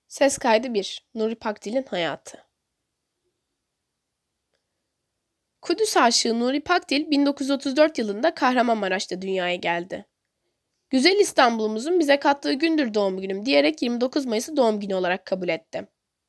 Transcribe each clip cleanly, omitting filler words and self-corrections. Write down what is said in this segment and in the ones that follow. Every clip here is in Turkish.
Ses kaydı 1. Nuri Pakdil'in hayatı. Kudüs aşığı Nuri Pakdil 1934 yılında Kahramanmaraş'ta dünyaya geldi. Güzel İstanbul'umuzun bize kattığı gündür doğum günüm diyerek 29 Mayıs'ı doğum günü olarak kabul etti.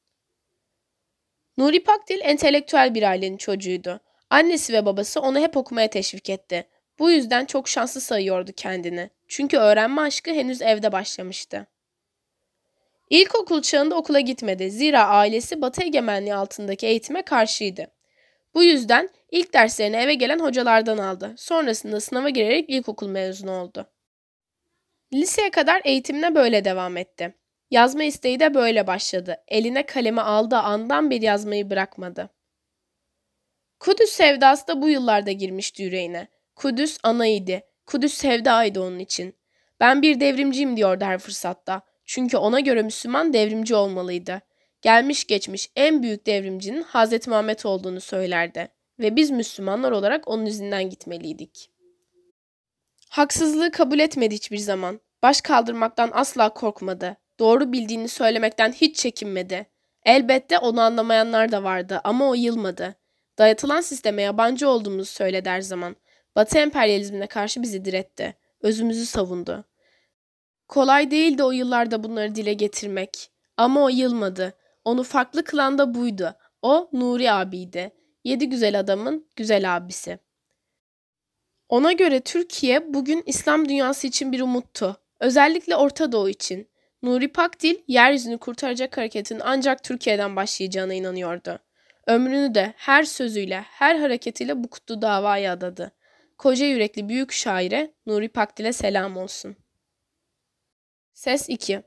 Nuri Pakdil entelektüel bir ailenin çocuğuydu. Annesi ve babası onu hep okumaya teşvik etti. Bu yüzden çok şanslı sayıyordu kendini. Çünkü öğrenme aşkı henüz evde başlamıştı. İlkokul çağında okula gitmedi. Zira ailesi Batı egemenliği altındaki eğitime karşıydı. Bu yüzden ilk derslerini eve gelen hocalardan aldı. Sonrasında sınava girerek ilkokul mezunu oldu. Liseye kadar eğitimine böyle devam etti. Yazma isteği de böyle başladı. Eline kalemi aldığı andan beri yazmayı bırakmadı. Kudüs sevdası da bu yıllarda girmişti yüreğine. Kudüs anaydı. Kudüs sevdaydı onun için. Ben bir devrimciyim diyordu her fırsatta. Çünkü ona göre Müslüman devrimci olmalıydı. Gelmiş geçmiş en büyük devrimcinin Hazreti Muhammed olduğunu söylerdi. Ve biz Müslümanlar olarak onun izinden gitmeliydik. Haksızlığı kabul etmedi hiçbir zaman. Baş kaldırmaktan asla korkmadı. Doğru bildiğini söylemekten hiç çekinmedi. Elbette onu anlamayanlar da vardı ama o yılmadı. Dayatılan sisteme yabancı olduğumuzu söyledi her zaman. Batı emperyalizmine karşı bizi diretti. Özümüzü savundu. Kolay değildi o yıllarda bunları dile getirmek. Ama o yılmadı. Onu farklı kılan da buydu. O Nuri abiydi. 7 güzel adamın güzel abisi. Ona göre Türkiye bugün İslam dünyası için bir umuttu. Özellikle Orta Doğu için. Nuri Pakdil, yeryüzünü kurtaracak hareketin ancak Türkiye'den başlayacağına inanıyordu. Ömrünü de her sözüyle, her hareketiyle bu kutlu davaya adadı. Koca yürekli büyük şaire Nuri Pakdil'e selam olsun. Ses 2.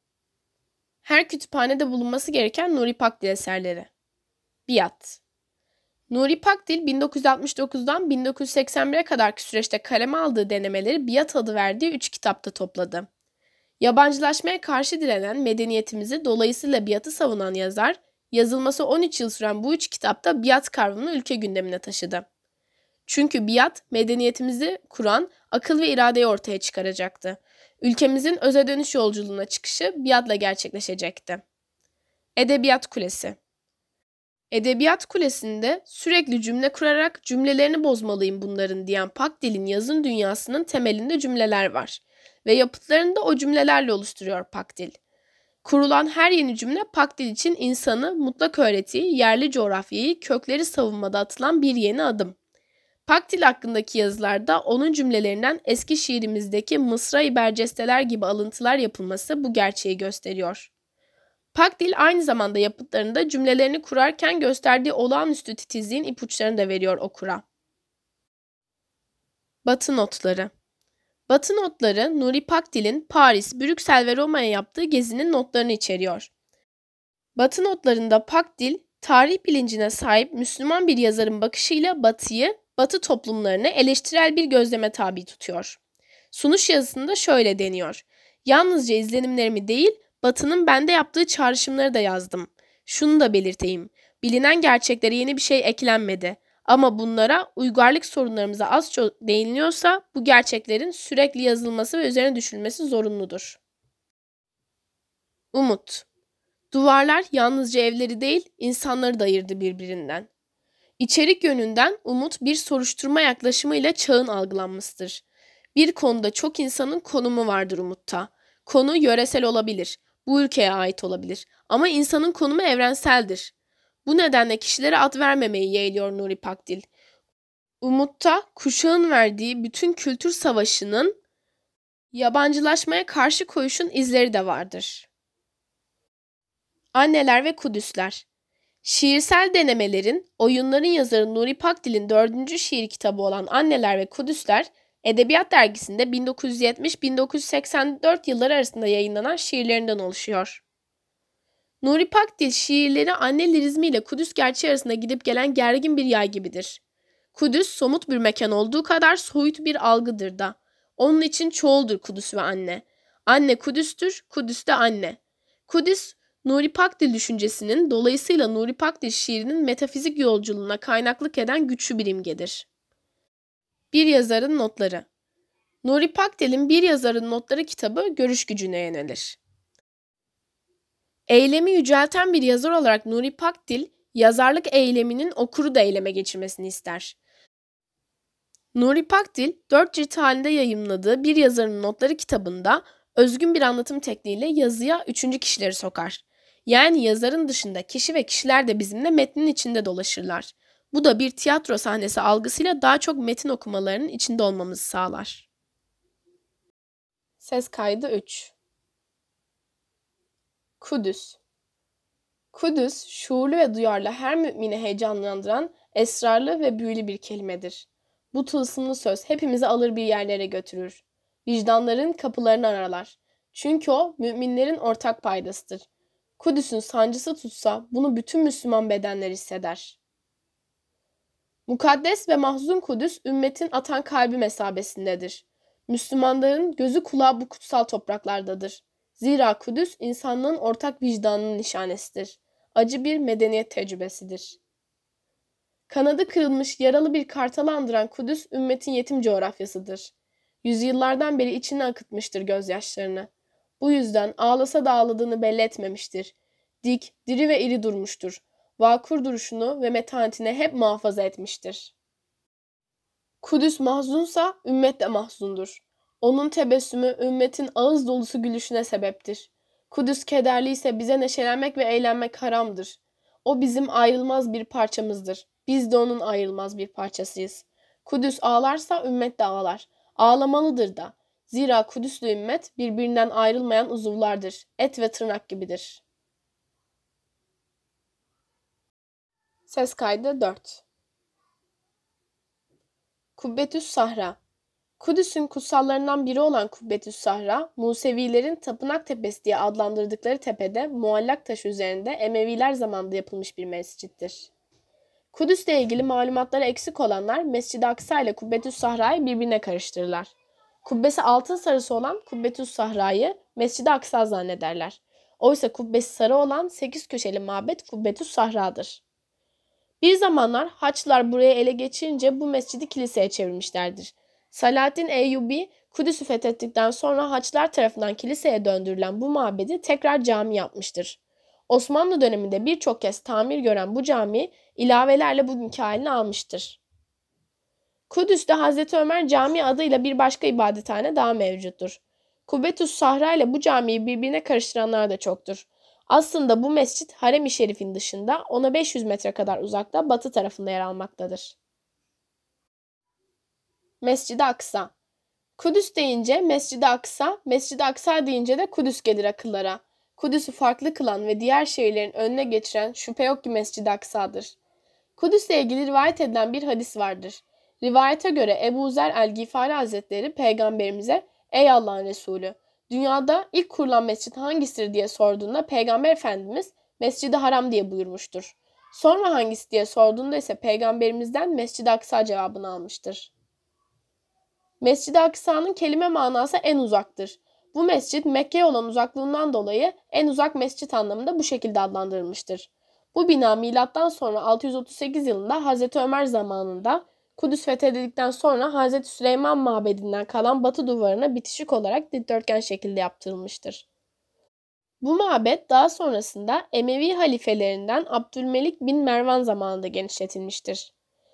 Her kütüphanede bulunması gereken Nuri Pakdil eserleri. Biat. Nuri Pakdil 1969'dan 1981'e kadarki süreçte kaleme aldığı denemeleri Biat adı verdiği 3 kitapta topladı. Yabancılaşmaya karşı direnen medeniyetimizi dolayısıyla biatı savunan yazar, yazılması 13 yıl süren bu 3 kitapta biat kavramını ülke gündemine taşıdı. Çünkü biat medeniyetimizi kuran akıl ve iradeyi ortaya çıkaracaktı. Ülkemizin öze dönüş yolculuğuna çıkışı biatla gerçekleşecekti. Edebiyat Kulesi. Edebiyat Kulesi'nde sürekli cümle kurarak cümlelerini bozmalıyım bunların diyen Pakdil'in yazın dünyasının temelinde cümleler var. Ve yapıtlarını da o cümlelerle oluşturuyor Pakdil. Kurulan her yeni cümle Pakdil için insanı, mutlak öğretiyi, yerli coğrafyayı, kökleri savunmada atılan bir yeni adım. Pakdil hakkındaki yazılarda onun cümlelerinden eski şiirimizdeki mısra-i bercesteler gibi alıntılar yapılması bu gerçeği gösteriyor. Pakdil aynı zamanda yapıtlarında cümlelerini kurarken gösterdiği olağanüstü titizliğin ipuçlarını da veriyor okura. Batı Notları. Batı Notları, Nuri Pakdil'in Paris, Brüksel ve Roma'ya yaptığı gezinin notlarını içeriyor. Batı Notlarında Pakdil, tarih bilincine sahip Müslüman bir yazarın bakışıyla Batı'yı, Batı toplumlarını eleştirel bir gözleme tabi tutuyor. Sunuş yazısında şöyle deniyor: "Yalnızca izlenimlerimi değil, Batı'nın bende yaptığı çağrışımları da yazdım. Şunu da belirteyim, bilinen gerçeklere yeni bir şey eklenmedi. Ama bunlara uygarlık sorunlarımıza az çok değiniliyorsa bu gerçeklerin sürekli yazılması ve üzerine düşülmesi zorunludur." Umut. Duvarlar yalnızca evleri değil, insanları da ayırdı birbirinden. İçerik yönünden umut bir soruşturma yaklaşımıyla çağın algılanmasıdır. Bir konuda çok insanın konumu vardır umutta. Konu yöresel olabilir, bu ülkeye ait olabilir ama insanın konumu evrenseldir. Bu nedenle kişilere ad vermemeyi yeğliyor Nuri Pakdil. Umutta kuşağın verdiği bütün kültür savaşının yabancılaşmaya karşı koyuşun izleri de vardır. Anneler ve Kudüsler. Şiirsel denemelerin, oyunların yazarı Nuri Pakdil'in 4. şiir kitabı olan Anneler ve Kudüsler, Edebiyat Dergisi'nde 1970-1984 yılları arasında yayınlanan şiirlerinden oluşuyor. Nuri Pakdil şiirleri anne lirizmi ile Kudüs gerçeği arasında gidip gelen gergin bir yay gibidir. Kudüs somut bir mekan olduğu kadar soyut bir algıdır da. Onun için çoğuldur Kudüs ve anne. Anne Kudüs'tür, Kudüs de anne. Kudüs, Nuri Pakdil düşüncesinin, dolayısıyla Nuri Pakdil şiirinin metafizik yolculuğuna kaynaklık eden güçlü bir imgedir. Bir yazarın notları. Nuri Pakdil'in Bir Yazarın Notları kitabı görüş gücüne yönelir. Eylemi yücelten bir yazar olarak Nuri Pakdil, yazarlık eyleminin okuru da eyleme geçirmesini ister. Nuri Pakdil, 4 cilt halinde yayımladığı Bir Yazarın Notları kitabında özgün bir anlatım tekniğiyle yazıya üçüncü kişileri sokar. Yani yazarın dışında kişi ve kişiler de bizimle metnin içinde dolaşırlar. Bu da bir tiyatro sahnesi algısıyla daha çok metin okumalarının içinde olmamızı sağlar. Ses kaydı 3. Kudüs. Kudüs, şuurlu ve duyarlı her mümini heyecanlandıran, esrarlı ve büyülü bir kelimedir. Bu tılsımlı söz hepimizi alır bir yerlere götürür. Vicdanların kapılarını aralar. Çünkü o, müminlerin ortak paydasıdır. Kudüs'ün sancısı tutsa, bunu bütün Müslüman bedenler hisseder. Mukaddes ve mahzun Kudüs, ümmetin atan kalbi mesabesindedir. Müslümanların gözü kulağı bu kutsal topraklardadır. Zira Kudüs, insanlığın ortak vicdanının nişanesidir. Acı bir medeniyet tecrübesidir. Kanadı kırılmış yaralı bir kartalı andıran Kudüs, ümmetin yetim coğrafyasıdır. Yüzyıllardan beri içine akıtmıştır gözyaşlarını. Bu yüzden ağlasa da ağladığını belli etmemiştir. Dik, diri ve iri durmuştur. Vakur duruşunu ve metanetini hep muhafaza etmiştir. Kudüs mahzunsa ümmet de mahzundur. Onun tebessümü ümmetin ağız dolusu gülüşüne sebeptir. Kudüs kederliyse bize neşelenmek ve eğlenmek haramdır. O bizim ayrılmaz bir parçamızdır. Biz de onun ayrılmaz bir parçasıyız. Kudüs ağlarsa ümmet de ağlar. Ağlamalıdır da. Zira Kudüslü ümmet birbirinden ayrılmayan uzuvlardır. Et ve tırnak gibidir. Ses kaydı 4. Kubbetüs Sahra. Kudüs'ün kutsallarından biri olan Kubbetüs Sahra, Musevilerin Tapınak Tepesi diye adlandırdıkları tepede muallak taş üzerinde Emeviler zamanında yapılmış bir mescittir. Kudüs'le ilgili malumatları eksik olanlar Mescid-i Aksa ile Kubbetüs Sahra'yı birbirine karıştırırlar. Kubbesi altın sarısı olan Kubbetüs Sahra'yı Mescid-i Aksa zannederler. Oysa kubbesi sarı olan 8 köşeli mabet Kubbetüs Sahra'dır. Bir zamanlar Haçlılar buraya ele geçirince bu mescidi kiliseye çevirmişlerdir. Salahaddin Eyyubi, Kudüs'ü fethettikten sonra Haçlılar tarafından kiliseye döndürülen bu mabedi tekrar cami yapmıştır. Osmanlı döneminde birçok kez tamir gören bu cami ilavelerle bugünkü halini almıştır. Kudüs'te Hazreti Ömer Camii adıyla bir başka ibadethane daha mevcuttur. Kubbetüs Sahra ile bu camiyi birbirine karıştıranlar da çoktur. Aslında bu mescit Harem-i Şerif'in dışında ona 500 metre kadar uzakta batı tarafında yer almaktadır. Mescid-i Aksa. Kudüs deyince Mescid-i Aksa, Mescid-i Aksa deyince de Kudüs gelir akıllara. Kudüs'ü farklı kılan ve diğer şehirlerin önüne geçiren şüphe yok ki Mescid-i Aksa'dır. Kudüs'le ilgili rivayet edilen bir hadis vardır. Rivayete göre Ebu Zer el-Gifari Hazretleri peygamberimize "Ey Allah'ın Resulü, dünyada ilk kurulan mescit hangisidir?" diye sorduğunda Peygamber Efendimiz Mescid-i Haram diye buyurmuştur. Sonra hangisi diye sorduğunda ise peygamberimizden Mescid-i Aksa cevabını almıştır. Mescid-i Aksa'nın kelime manası en uzaktır. Bu mescit Mekke'ye olan uzaklığından dolayı en uzak mescit anlamında bu şekilde adlandırılmıştır. Bu bina milattan sonra 638 yılında Hazreti Ömer zamanında Kudüs fethedildikten sonra Hazreti Süleyman Mabedi'nden kalan batı duvarına bitişik olarak dikdörtgen şekilde yaptırılmıştır. Bu mabet daha sonrasında Emevi halifelerinden Abdülmelik bin Mervan zamanında genişletilmiştir.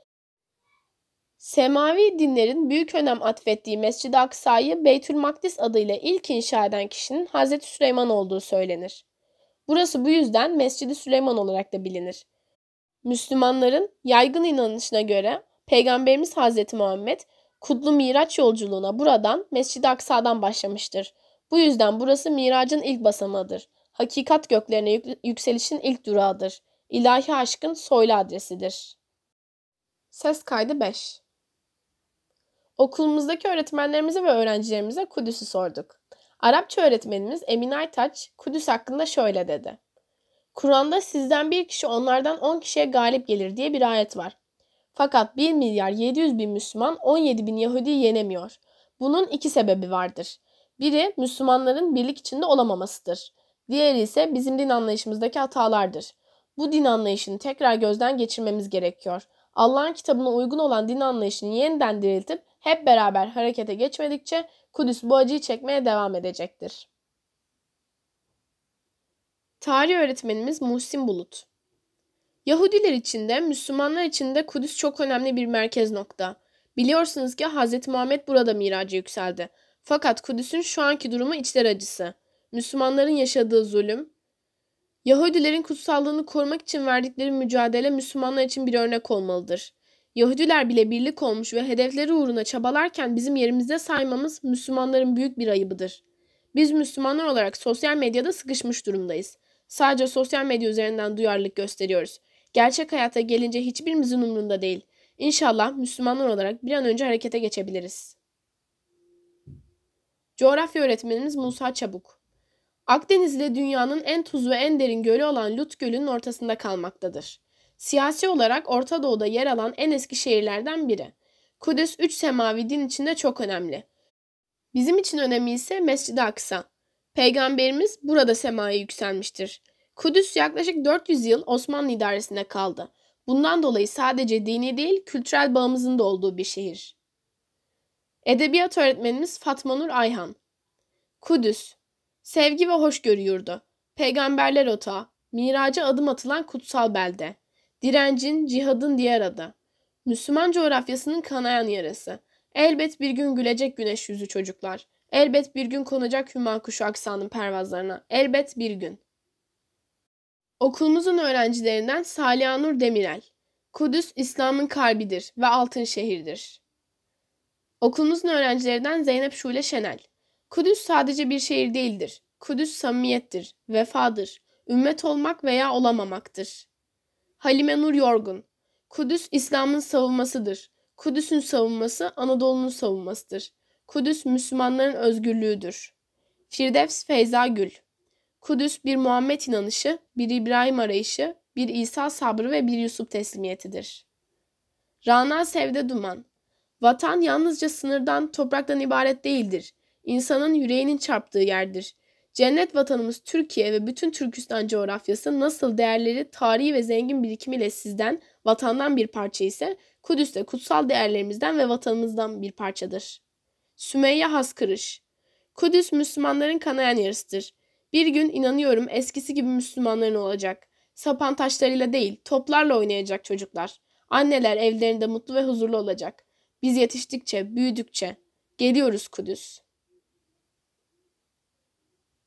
Semavi dinlerin büyük önem atfettiği Mescid-i Aksa'yı Beytülmakdis adıyla ilk inşa eden kişinin Hazreti Süleyman olduğu söylenir. Burası bu yüzden Mescid-i Süleyman olarak da bilinir. Müslümanların yaygın inanışına göre Peygamberimiz Hazreti Muhammed kutlu Miraç yolculuğuna buradan Mescid-i Aksa'dan başlamıştır. Bu yüzden burası Miracın ilk basamağıdır. Hakikat göklerine yükselişin ilk durağıdır. İlahi aşkın soylu adresidir. Ses kaydı 5. Okulumuzdaki öğretmenlerimize ve öğrencilerimize Kudüs'ü sorduk. Arapça öğretmenimiz Emin Aytaç Kudüs hakkında şöyle dedi. Kur'an'da sizden bir kişi onlardan 10 kişiye galip gelir diye bir ayet var. Fakat 1 milyar 700 bin Müslüman 17 bin Yahudi'yi yenemiyor. Bunun iki sebebi vardır. Biri Müslümanların birlik içinde olamamasıdır. Diğeri ise bizim din anlayışımızdaki hatalardır. Bu din anlayışını tekrar gözden geçirmemiz gerekiyor. Allah'ın kitabına uygun olan din anlayışını yeniden diriltip hep beraber harekete geçmedikçe Kudüs bu acıyı çekmeye devam edecektir. Tarih öğretmenimiz Muhsin Bulut. Yahudiler için de Müslümanlar için de Kudüs çok önemli bir merkez nokta. Biliyorsunuz ki Hz. Muhammed burada miraca yükseldi. Fakat Kudüs'ün şu anki durumu içler acısı. Müslümanların yaşadığı zulüm, Yahudilerin kutsallığını korumak için verdikleri mücadele Müslümanlar için bir örnek olmalıdır. Yahudiler bile birlik olmuş ve hedefleri uğruna çabalarken bizim yerimizde saymamız Müslümanların büyük bir ayıbıdır. Biz Müslümanlar olarak sosyal medyada sıkışmış durumdayız. Sadece sosyal medya üzerinden duyarlılık gösteriyoruz. Gerçek hayata gelince hiçbirimizin umrunda değil. İnşallah Müslümanlar olarak bir an önce harekete geçebiliriz. Coğrafya öğretmenimiz Musa Çabuk. Akdeniz ile dünyanın en tuzlu ve en derin gölü olan Lut Gölü'nün ortasında kalmaktadır. Siyasi olarak Orta Doğu'da yer alan en eski şehirlerden biri. Kudüs 3 semavi din içinde çok önemli. Bizim için önemi ise Mescid-i Aksa. Peygamberimiz burada semaya yükselmiştir. Kudüs yaklaşık 400 yıl Osmanlı idaresinde kaldı. Bundan dolayı sadece dini değil, kültürel bağımızın da olduğu bir şehir. Edebiyat öğretmenimiz Fatma Nur Ayhan. Kudüs, sevgi ve hoşgörü yurdu, peygamberler otağı, miraca adım atılan kutsal belde, direncin, cihadın diğer adı, Müslüman coğrafyasının kanayan yarası, elbet bir gün gülecek güneş yüzü çocuklar, elbet bir gün konacak hüma kuşu aksanın pervazlarına, elbet bir gün. Okulumuzun öğrencilerinden Saliha Nur Demirel. Kudüs İslam'ın kalbidir ve altın şehirdir. Okulumuzun öğrencilerinden Zeynep Şule Şenel. Kudüs sadece bir şehir değildir. Kudüs samimiyettir, vefadır, ümmet olmak veya olamamaktır. Halime Nur Yorgun. Kudüs İslam'ın savunmasıdır. Kudüs'ün savunması Anadolu'nun savunmasıdır. Kudüs Müslümanların özgürlüğüdür. Firdevs Feyza Gül. Kudüs bir Muhammed inanışı, bir İbrahim arayışı, bir İsa sabrı ve bir Yusuf teslimiyetidir. Rana Sevde Duman. Vatan yalnızca sınırdan, topraktan ibaret değildir. İnsanın yüreğinin çarptığı yerdir. Cennet vatanımız Türkiye ve bütün Türkistan coğrafyası nasıl değerleri, tarihi ve zengin birikimiyle sizden, vatandan bir parça ise Kudüs de kutsal değerlerimizden ve vatanımızdan bir parçadır. Sümeyye Haskırış. Kudüs Müslümanların kanayan yarısıdır. Bir gün inanıyorum eskisi gibi Müslümanların olacak. Sapan taşlarıyla değil, toplarla oynayacak çocuklar. Anneler evlerinde mutlu ve huzurlu olacak. Biz yetiştikçe, büyüdükçe geliyoruz Kudüs.